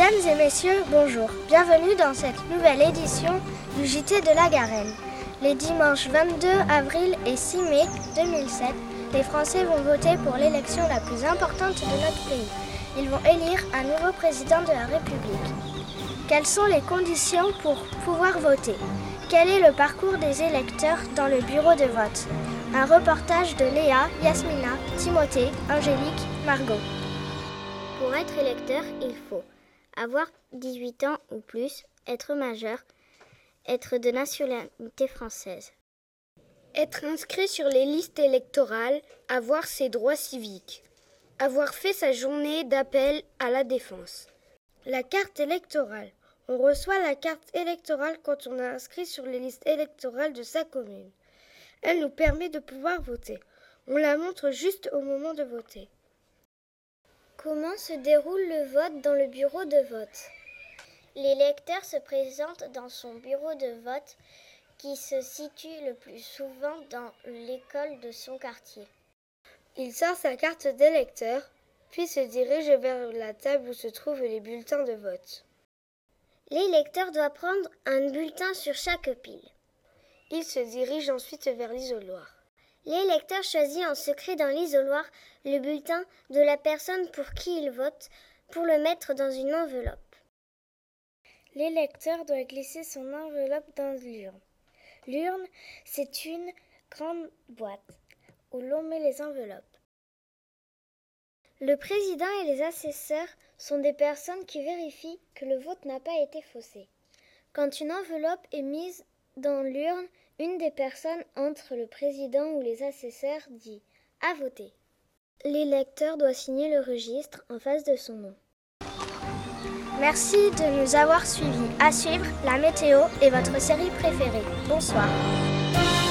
Mesdames et messieurs, bonjour. Bienvenue dans cette nouvelle édition du JT de la Garenne. Les dimanches 22 avril et 6 mai 2007, les Français vont voter pour l'élection la plus importante de notre pays. Ils vont élire un nouveau président de la République. Quelles sont les conditions pour pouvoir voter? Quel est le parcours des électeurs dans le bureau de vote? Un reportage de Léa, Yasmina, Timothée, Angélique, Margot. Pour être électeur, il faut avoir 18 ans ou plus, être majeur, être de nationalité française. Être inscrit sur les listes électorales, avoir ses droits civiques. Avoir fait sa journée d'appel à la défense. La carte électorale. On reçoit la carte électorale quand on est inscrit sur les listes électorales de sa commune. Elle nous permet de pouvoir voter. On la montre juste au moment de voter. Comment se déroule le vote dans le bureau de vote? L'électeur se présente dans son bureau de vote qui se situe le plus souvent dans l'école de son quartier. Il sort sa carte d'électeur, puis se dirige vers la table où se trouvent les bulletins de vote. L'électeur doit prendre un bulletin sur chaque pile. Il se dirige ensuite vers l'isoloir. L'électeur choisit en secret dans l'isoloir le bulletin de la personne pour qui il vote pour le mettre dans une enveloppe. L'électeur doit glisser son enveloppe dans l'urne. L'urne, c'est une grande boîte où l'on met les enveloppes. Le président et les assesseurs sont des personnes qui vérifient que le vote n'a pas été faussé. Quand une enveloppe est mise dans l'urne, une des personnes entre le président ou les assesseurs dit « à voter ». L'électeur doit signer le registre en face de son nom. Merci de nous avoir suivis. À suivre, la météo et votre série préférée. Bonsoir.